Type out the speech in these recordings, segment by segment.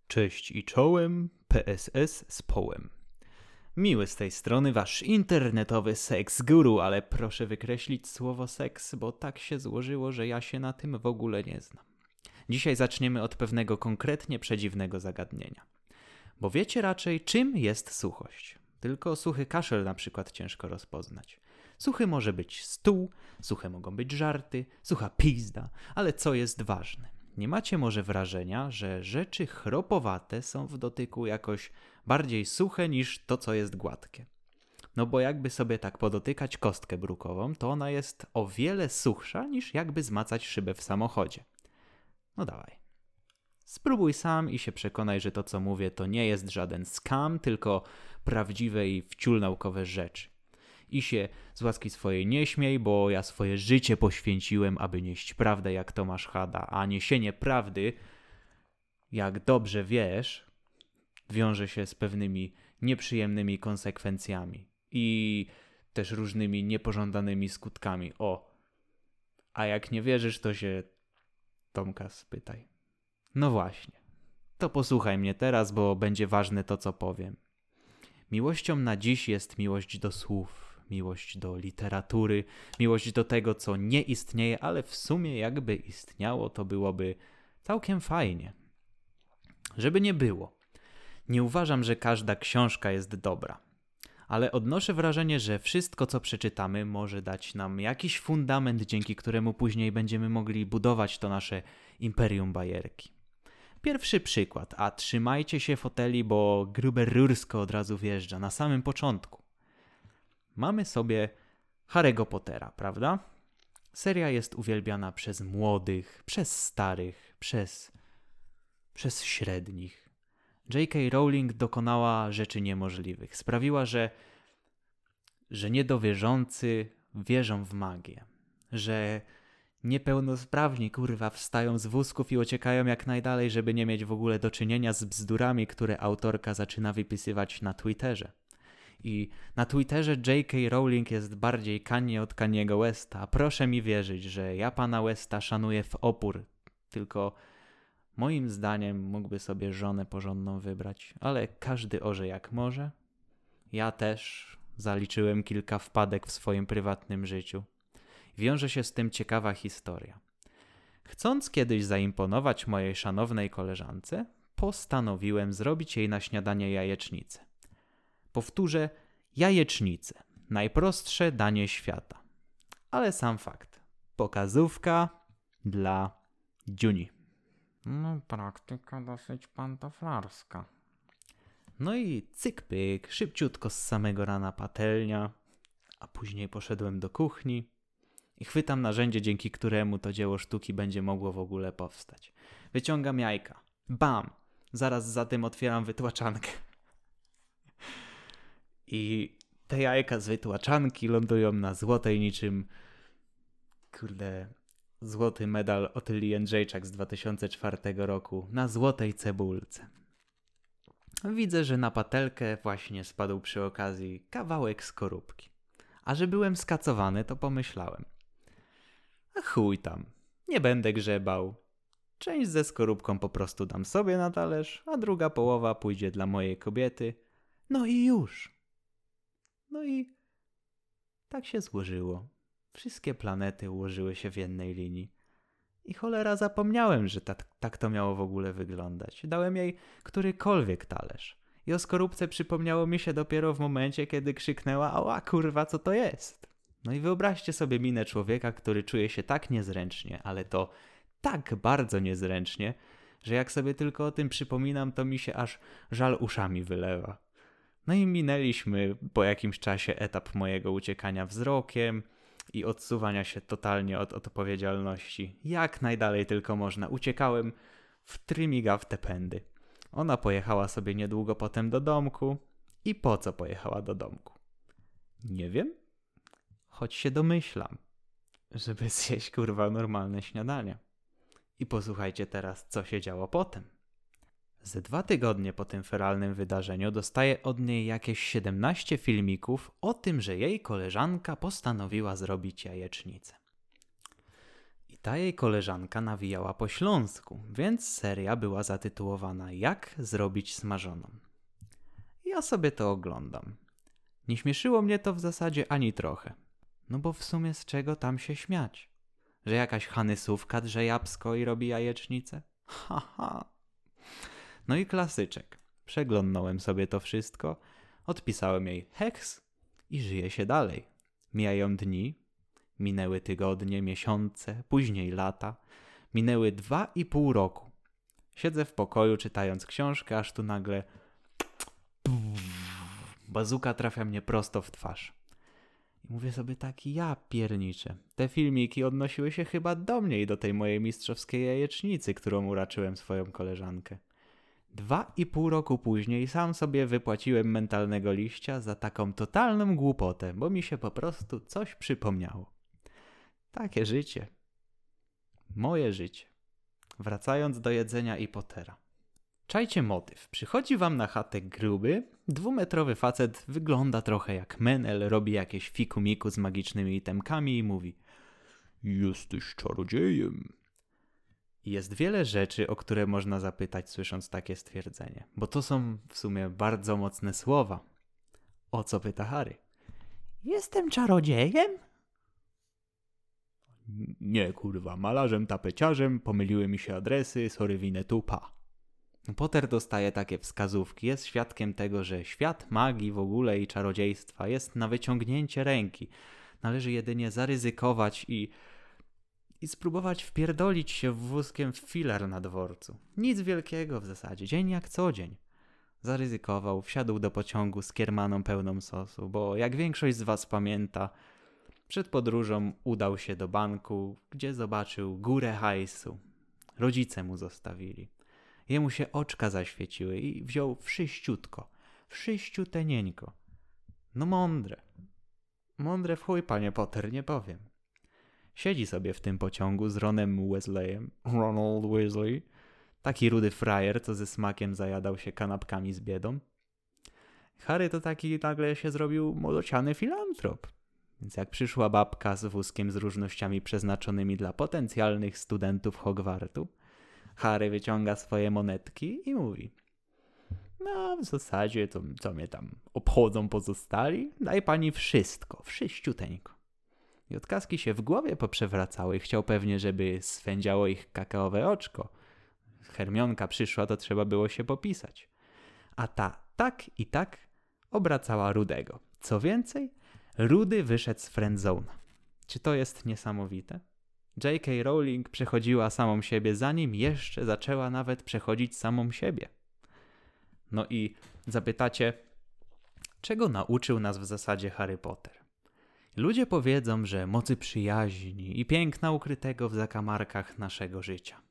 Cześć i czołem, PSS z połem. Miły z tej strony wasz internetowy seks guru, ale proszę wykreślić słowo seks, bo tak się złożyło, że ja się na tym w ogóle nie znam. Dzisiaj zaczniemy od pewnego konkretnie przedziwnego zagadnienia. Bo wiecie raczej, czym jest suchość. Tylko suchy kaszel na przykład ciężko rozpoznać. Suchy może być stół, suche mogą być żarty, sucha pizda, ale co jest ważne? Nie macie może wrażenia, że rzeczy chropowate są w dotyku jakoś bardziej suche niż to, co jest gładkie? No bo jakby sobie tak podotykać kostkę brukową, to ona jest o wiele suchsza niż jakby zmacać szybę w samochodzie. No dawaj. Spróbuj sam i się przekonaj, że to, co mówię, to nie jest żaden skam, tylko prawdziwe i wciul naukowe rzeczy. I się z łaski swojej nie śmiej, bo ja swoje życie poświęciłem, aby nieść prawdę jak Tomasz Hada, a niesienie prawdy, jak dobrze wiesz, wiąże się z pewnymi nieprzyjemnymi konsekwencjami i też różnymi niepożądanymi skutkami. A jak nie wierzysz, to się Tomka spytaj. No właśnie, to posłuchaj mnie teraz, bo będzie ważne to, co powiem. Miłością na dziś jest miłość do słów, miłość do literatury, miłość do tego, co nie istnieje, ale w sumie jakby istniało, to byłoby całkiem fajnie. Żeby nie było. Nie uważam, że każda książka jest dobra, ale odnoszę wrażenie, że wszystko, co przeczytamy, może dać nam jakiś fundament, dzięki któremu później będziemy mogli budować to nasze imperium bajerki. Pierwszy przykład, a trzymajcie się foteli, bo grube rursko od razu wjeżdża na samym początku. Mamy sobie Harry'ego Pottera, prawda? Seria jest uwielbiana przez młodych, przez starych, przez średnich. J.K. Rowling dokonała rzeczy niemożliwych. Sprawiła, że niedowierzący wierzą w magię. Że niepełnosprawni, wstają z wózków i uciekają jak najdalej, żeby nie mieć w ogóle do czynienia z bzdurami, które autorka zaczyna wypisywać na Twitterze. I na Twitterze J.K. Rowling jest bardziej Kanye od Kaniego Westa. Proszę mi wierzyć, że ja pana Westa szanuję w opór. Tylko moim zdaniem mógłby sobie żonę porządną wybrać. Ale każdy orze jak może. Ja też zaliczyłem kilka wpadek w swoim prywatnym życiu. Wiąże się z tym ciekawa historia. Chcąc kiedyś zaimponować mojej szanownej koleżance, postanowiłem zrobić jej na śniadanie jajecznicę. Powtórzę, jajecznicę. Najprostsze danie świata. Ale sam fakt. Pokazówka dla dziuni. No, praktyka dosyć pantoflarska. No i cyk pyk, szybciutko z samego rana patelnia, a później poszedłem do kuchni i chwytam narzędzie, dzięki któremu to dzieło sztuki będzie mogło w ogóle powstać. Wyciągam jajka. Bam! Zaraz za tym otwieram wytłaczankę. I te jajka z wytłaczanki lądują na złotej niczym złoty medal Otyli Jędrzejczak z 2004 roku. Na złotej cebulce. Widzę, że na patelkę właśnie spadł przy okazji kawałek skorupki. A że byłem skacowany, to pomyślałem. A chuj tam, nie będę grzebał. Część ze skorupką po prostu dam sobie na talerz, a druga połowa pójdzie dla mojej kobiety. No i już. No i tak się złożyło. Wszystkie planety ułożyły się w jednej linii. I cholera zapomniałem, że tak to miało w ogóle wyglądać. Dałem jej którykolwiek talerz. I o skorupce przypomniało mi się dopiero w momencie, kiedy krzyknęła: ała kurwa, co to jest? No i wyobraźcie sobie minę człowieka, który czuje się tak niezręcznie, ale to tak bardzo niezręcznie, że jak sobie tylko o tym przypominam, to mi się aż żal uszami wylewa. No i minęliśmy po jakimś czasie etap mojego uciekania wzrokiem i odsuwania się totalnie od odpowiedzialności. Jak najdalej tylko można. Uciekałem w trymigaw te pędy. Ona pojechała sobie niedługo potem do domku. I po co pojechała do domku? Nie wiem. Choć się domyślam, żeby zjeść normalne śniadanie. I posłuchajcie teraz, co się działo potem. Ze 2 tygodnie po tym feralnym wydarzeniu dostaję od niej jakieś 17 filmików o tym, że jej koleżanka postanowiła zrobić jajecznicę. I ta jej koleżanka nawijała po śląsku, więc seria była zatytułowana Jak zrobić smażoną. Ja sobie to oglądam. Nie śmieszyło mnie to w zasadzie ani trochę. No bo w sumie z czego tam się śmiać? Że jakaś Hanysówka drze jabłko i robi jajecznicę? Ha. No i klasyczek. Przeglądnąłem sobie to wszystko, odpisałem jej heks i żyje się dalej. Mijają dni, minęły tygodnie, miesiące, później lata. Minęły 2,5 roku. Siedzę w pokoju czytając książkę, aż tu nagle bazuka trafia mnie prosto w twarz. I mówię sobie taki, ja pierniczę. Te filmiki odnosiły się chyba do mnie i do tej mojej mistrzowskiej jajecznicy, którą uraczyłem swoją koleżankę. 2,5 roku później sam sobie wypłaciłem mentalnego liścia za taką totalną głupotę, bo mi się po prostu coś przypomniało. Takie życie. Moje życie. Wracając do jedzenia i Pottera. Czajcie motyw. Przychodzi wam na chatę gruby, 2-metrowy facet, wygląda trochę jak Menel, robi jakieś fiku-miku z magicznymi itemkami i mówi: jesteś czarodziejem. I jest wiele rzeczy, o które można zapytać, słysząc takie stwierdzenie, bo to są w sumie bardzo mocne słowa. O co pyta Harry? Jestem czarodziejem? Nie kurwa, malarzem tapeciarzem, pomyliły mi się adresy, sorry winę tupa. Potter dostaje takie wskazówki, jest świadkiem tego, że świat magii w ogóle i czarodziejstwa jest na wyciągnięcie ręki. Należy jedynie zaryzykować i spróbować wpierdolić się wózkiem w filar na dworcu. Nic wielkiego w zasadzie, dzień jak co dzień. Zaryzykował, wsiadł do pociągu z kiermaną pełną sosu, bo jak większość z was pamięta, przed podróżą udał się do banku, gdzie zobaczył górę hajsu. Rodzice mu zostawili. Jemu się oczka zaświeciły i wziął wszyściutko, wszyściutenieńko. No mądre. Mądre w chuj, panie Potter, nie powiem. Siedzi sobie w tym pociągu z Ronem Weasleyem, Ronald Weasley, taki rudy frajer, co ze smakiem zajadał się kanapkami z biedą. Harry to taki nagle się zrobił młodociany filantrop. Więc jak przyszła babka z wózkiem z różnościami przeznaczonymi dla potencjalnych studentów Hogwartu, Harry wyciąga swoje monetki i mówi: no w zasadzie to co mnie tam obchodzą pozostali, daj pani wszystko, wszyściuteńko. I odkaski się w głowie poprzewracały, chciał pewnie, żeby swędziało ich kakaowe oczko. Hermionka przyszła, to trzeba było się popisać. A ta tak i tak obracała Rudego. Co więcej, Rudy wyszedł z friendzona. Czy to jest niesamowite? J.K. Rowling przechodziła samą siebie, zanim jeszcze zaczęła nawet przechodzić samą siebie. No i zapytacie, czego nauczył nas w zasadzie Harry Potter? Ludzie powiedzą, że mocy przyjaźni i piękna ukrytego w zakamarkach naszego życia.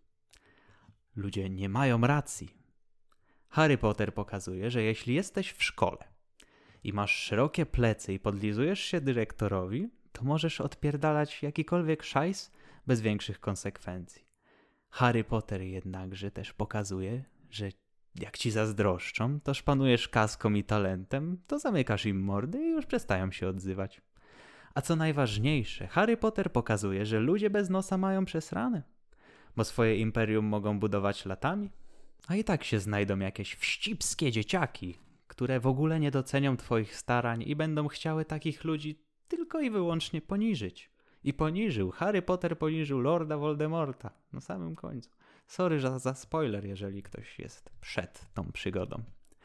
Ludzie nie mają racji. Harry Potter pokazuje, że jeśli jesteś w szkole i masz szerokie plecy i podlizujesz się dyrektorowi, to możesz odpierdalać jakikolwiek szajs bez większych konsekwencji. Harry Potter jednakże też pokazuje, że jak ci zazdroszczą, to szpanujesz kaską i talentem, to zamykasz im mordy i już przestają się odzywać. A co najważniejsze, Harry Potter pokazuje, że ludzie bez nosa mają przesrane, bo swoje imperium mogą budować latami, a i tak się znajdą jakieś wścibskie dzieciaki, które w ogóle nie docenią twoich starań i będą chciały takich ludzi tylko i wyłącznie poniżyć. I poniżył. Harry Potter poniżył Lorda Voldemorta na samym końcu. Sorry za spoiler, jeżeli ktoś jest przed tą przygodą.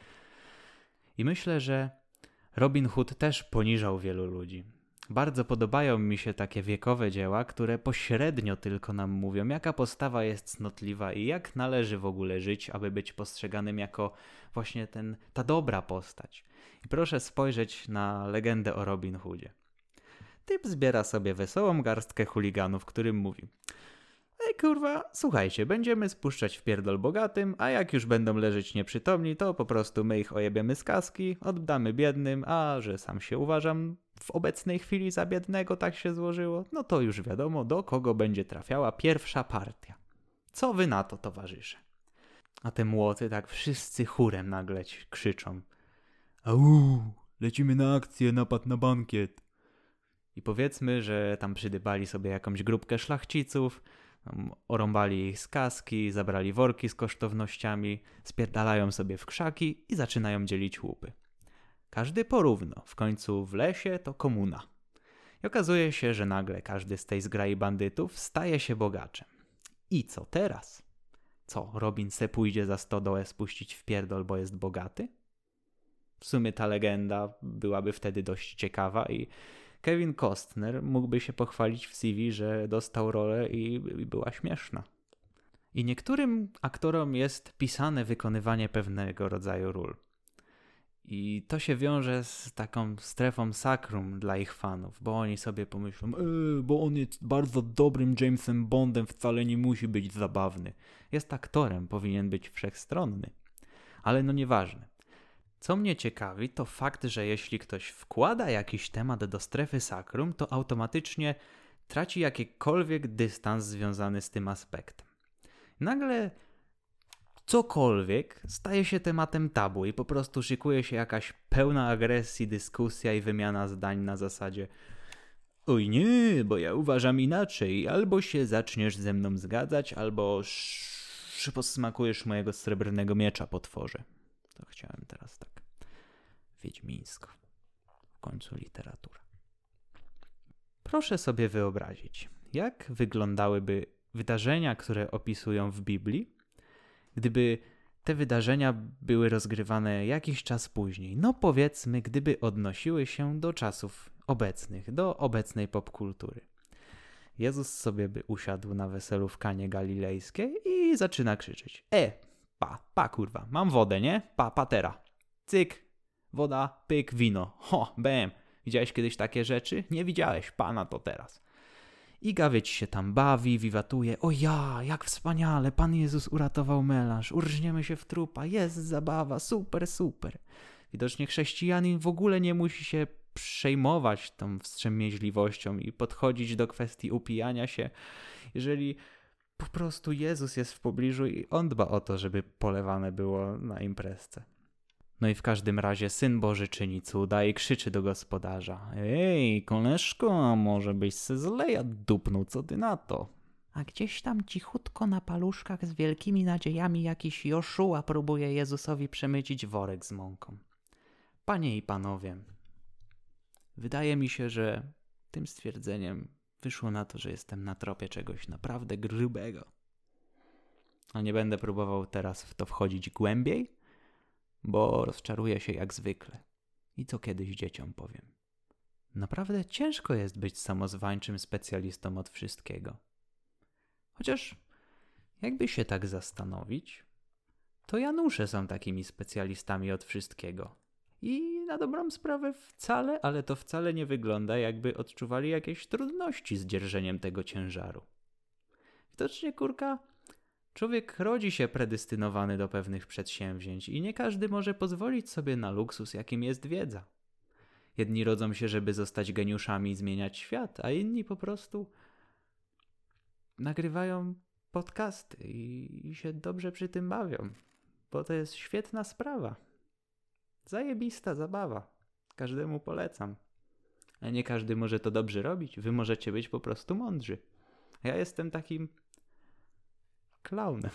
I myślę, że Robin Hood też poniżał wielu ludzi. Bardzo podobają mi się takie wiekowe dzieła, które pośrednio tylko nam mówią, jaka postawa jest cnotliwa i jak należy w ogóle żyć, aby być postrzeganym jako właśnie ta dobra postać. I proszę spojrzeć na legendę o Robin Hoodzie. Typ zbiera sobie wesołą garstkę chuliganów, którym mówi: ej kurwa, słuchajcie, będziemy spuszczać w pierdol bogatym, a jak już będą leżeć nieprzytomni, to po prostu my ich ojebiemy z kaski, oddamy biednym, a że sam się uważam w obecnej chwili za biednego, tak się złożyło, no to już wiadomo, do kogo będzie trafiała pierwsza partia. Co wy na to, towarzysze? A te młoty tak wszyscy chórem nagle krzyczą: au, lecimy na akcję, napad na bankiet. I powiedzmy, że tam przydybali sobie jakąś grupkę szlachciców, orąbali ich z kaski, zabrali worki z kosztownościami, spierdalają sobie w krzaki i zaczynają dzielić łupy. Każdy porówno, w końcu w lesie to komuna. I okazuje się, że nagle każdy z tej zgrai bandytów staje się bogaczem. I co teraz? Co, Robin se pójdzie za stodołę spuścić w pierdol, bo jest bogaty? W sumie ta legenda byłaby wtedy dość ciekawa i Kevin Costner mógłby się pochwalić w CV, że dostał rolę i była śmieszna. I niektórym aktorom jest pisane wykonywanie pewnego rodzaju ról. I to się wiąże z taką strefą sakrum dla ich fanów, bo oni sobie pomyślą, bo on jest bardzo dobrym Jamesem Bondem, wcale nie musi być zabawny. Jest aktorem, powinien być wszechstronny. Ale no nieważne. Co mnie ciekawi, to fakt, że jeśli ktoś wkłada jakiś temat do strefy sakrum, to automatycznie traci jakikolwiek dystans związany z tym aspektem. Nagle cokolwiek staje się tematem tabu i po prostu szykuje się jakaś pełna agresji, dyskusja i wymiana zdań na zasadzie oj nie, bo ja uważam inaczej, albo się zaczniesz ze mną zgadzać, albo posmakujesz mojego srebrnego miecza, potworze. To chciałem teraz tak wiedźmińsko. W końcu literatura. Proszę sobie wyobrazić, jak wyglądałyby wydarzenia, które opisują w Biblii, gdyby te wydarzenia były rozgrywane jakiś czas później. No powiedzmy, gdyby odnosiły się do czasów obecnych, do obecnej popkultury. Jezus sobie by usiadł na weselu w Kanie Galilejskiej i zaczyna krzyczeć. Pa kurwa, mam wodę, nie? Patera. Cyk, woda, pyk, wino. Ho, bam. Widziałeś kiedyś takie rzeczy? Nie widziałeś, pana to teraz. I gawieć się tam bawi, wiwatuje. O ja, jak wspaniale, Pan Jezus uratował melanż. Urżniemy się w trupa, jest zabawa, super, super. Widocznie chrześcijanin w ogóle nie musi się przejmować tą wstrzemięźliwością i podchodzić do kwestii upijania się, jeżeli po prostu Jezus jest w pobliżu i On dba o to, żeby polewane było na imprezce. No i w każdym razie Syn Boży czyni cuda i krzyczy do gospodarza. Ej, koleżko, a może byś se z leja dupnął, co ty na to? A gdzieś tam cichutko na paluszkach z wielkimi nadziejami jakiś Joszua próbuje Jezusowi przemycić worek z mąką. Panie i panowie, wydaje mi się, że tym stwierdzeniem wyszło na to, że jestem na tropie czegoś naprawdę grubego. A nie będę próbował teraz w to wchodzić głębiej, bo rozczaruję się jak zwykle. I co kiedyś dzieciom powiem. Naprawdę ciężko jest być samozwańczym specjalistą od wszystkiego. Chociaż jakby się tak zastanowić, to Janusze są takimi specjalistami od wszystkiego. I na dobrą sprawę wcale, ale to wcale nie wygląda, jakby odczuwali jakieś trudności z dzierżeniem tego ciężaru. Widocznie, kurka, człowiek rodzi się predestynowany do pewnych przedsięwzięć i nie każdy może pozwolić sobie na luksus, jakim jest wiedza. Jedni rodzą się, żeby zostać geniuszami i zmieniać świat, a inni po prostu nagrywają podcasty i się dobrze przy tym bawią, bo to jest świetna sprawa. Zajebista zabawa. Każdemu polecam. A nie każdy może to dobrze robić. Wy możecie być po prostu mądrzy. Ja jestem takim klaunem.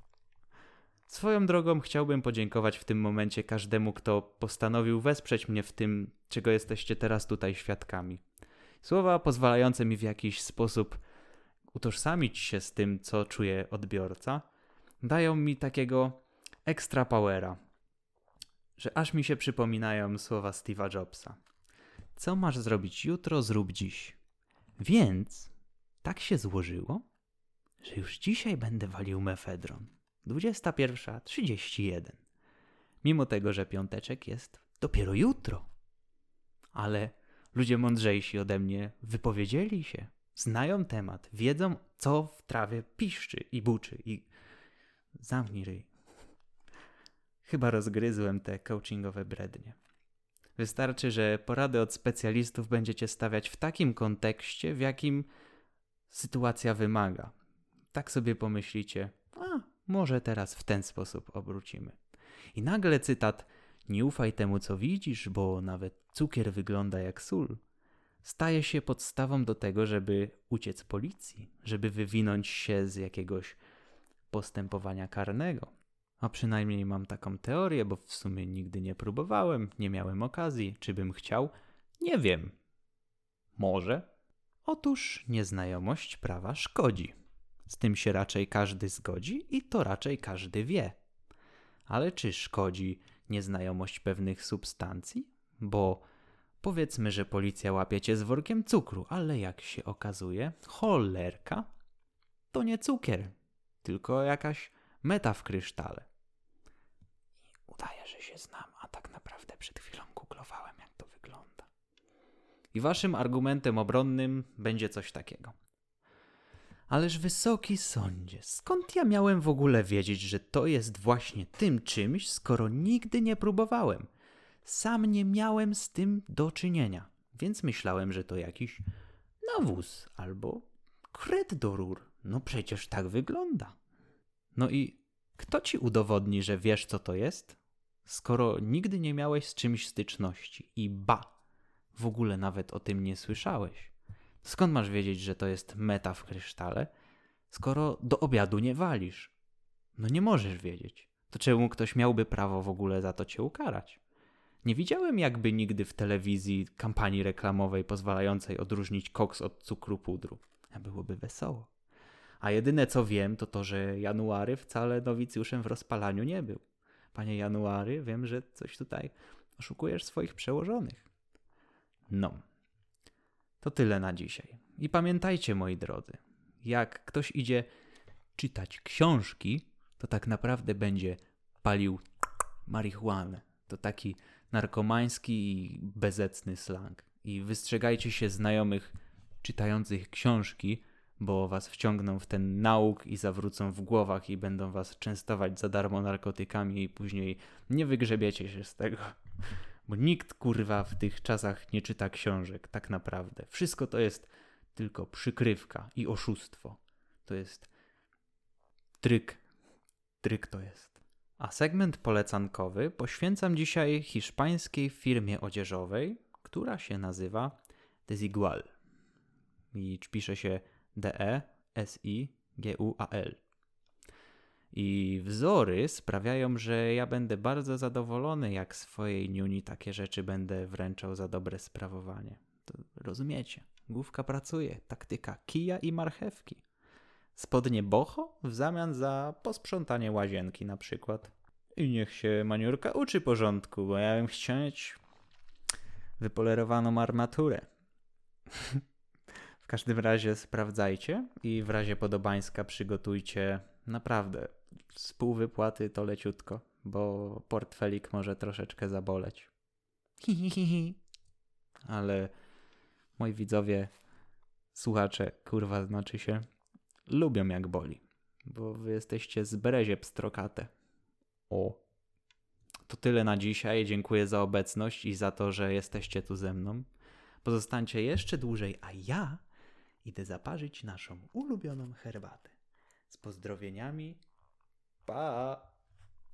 Swoją drogą chciałbym podziękować w tym momencie każdemu, kto postanowił wesprzeć mnie w tym, czego jesteście teraz tutaj świadkami. Słowa pozwalające mi w jakiś sposób utożsamić się z tym, co czuje odbiorca, dają mi takiego extra powera, że aż mi się przypominają słowa Steve'a Jobsa. Co masz zrobić jutro, zrób dziś. Więc tak się złożyło, że już dzisiaj będę walił mefedron. 21:31. Mimo tego, że piąteczek jest dopiero jutro. Ale ludzie mądrzejsi ode mnie wypowiedzieli się, znają temat, wiedzą, co w trawie piszczy i buczy i zamknij ryj. Chyba rozgryzłem te coachingowe brednie. Wystarczy, że porady od specjalistów będziecie stawiać w takim kontekście, w jakim sytuacja wymaga. Tak sobie pomyślicie, może teraz w ten sposób obrócimy. I nagle cytat: nie ufaj temu, co widzisz, bo nawet cukier wygląda jak sól. staje się podstawą do tego, żeby uciec policji, żeby wywinąć się z jakiegoś postępowania karnego. A przynajmniej mam taką teorię, bo w sumie nigdy nie próbowałem, nie miałem okazji. Czy bym chciał? Nie wiem. Może? Otóż nieznajomość prawa szkodzi. Z tym się raczej każdy zgodzi i to raczej każdy wie. Ale czy szkodzi nieznajomość pewnych substancji? Bo powiedzmy, że policja łapie cię z workiem cukru, ale jak się okazuje, cholerka to nie cukier, tylko jakaś meta w krysztale. I udaję, że się znam, a tak naprawdę przed chwilą googlowałem, jak to wygląda. I waszym argumentem obronnym będzie coś takiego. Ależ wysoki sądzie, skąd ja miałem w ogóle wiedzieć, że to jest właśnie tym czymś, skoro nigdy nie próbowałem? Sam nie miałem z tym do czynienia, więc myślałem, że to jakiś nawóz albo kret do rur. No przecież tak wygląda. No i kto ci udowodni, że wiesz, co to jest, skoro nigdy nie miałeś z czymś styczności i w ogóle nawet o tym nie słyszałeś? Skąd masz wiedzieć, że to jest meta w krysztale, skoro do obiadu nie walisz? No nie możesz wiedzieć. To czemu ktoś miałby prawo w ogóle za to cię ukarać? Nie widziałem jakby nigdy w telewizji kampanii reklamowej pozwalającej odróżnić koks od cukru pudru. A byłoby wesoło. A jedyne co wiem, to to, że January wcale nowicjuszem w rozpalaniu nie był. Panie January, wiem, że coś tutaj oszukujesz swoich przełożonych. No. To tyle na dzisiaj. I pamiętajcie, moi drodzy, jak ktoś idzie czytać książki, to tak naprawdę będzie palił marihuanę. To taki narkomański i bezecny slang. I wystrzegajcie się znajomych czytających książki, bo was wciągną w ten nauk i zawrócą w głowach i będą was częstować za darmo narkotykami i później nie wygrzebiecie się z tego. Bo nikt, kurwa, w tych czasach nie czyta książek, tak naprawdę. Wszystko to jest tylko przykrywka i oszustwo. To jest tryk. Tryk to jest. A segment polecankowy poświęcam dzisiaj hiszpańskiej firmie odzieżowej, która się nazywa Desigual. I pisze się Desigual. I wzory sprawiają, że ja będę bardzo zadowolony, jak swojej niuni takie rzeczy będę wręczał za dobre sprawowanie. To rozumiecie, główka pracuje, taktyka kija i marchewki. Spodnie boho w zamian za posprzątanie łazienki na przykład. I niech się maniurka uczy porządku, bo ja bym chciał mieć wypolerowaną armaturę. W każdym razie sprawdzajcie i w razie podobańska przygotujcie naprawdę z pół wypłaty to leciutko, bo portfelik może troszeczkę zaboleć. Ale moi widzowie, słuchacze, kurwa znaczy się, lubią jak boli, bo wy jesteście z brezie pstrokate. O. To tyle na dzisiaj. Dziękuję za obecność i za to, że jesteście tu ze mną. Pozostańcie jeszcze dłużej, a ja idę zaparzyć naszą ulubioną herbatę. Z pozdrowieniami. Pa!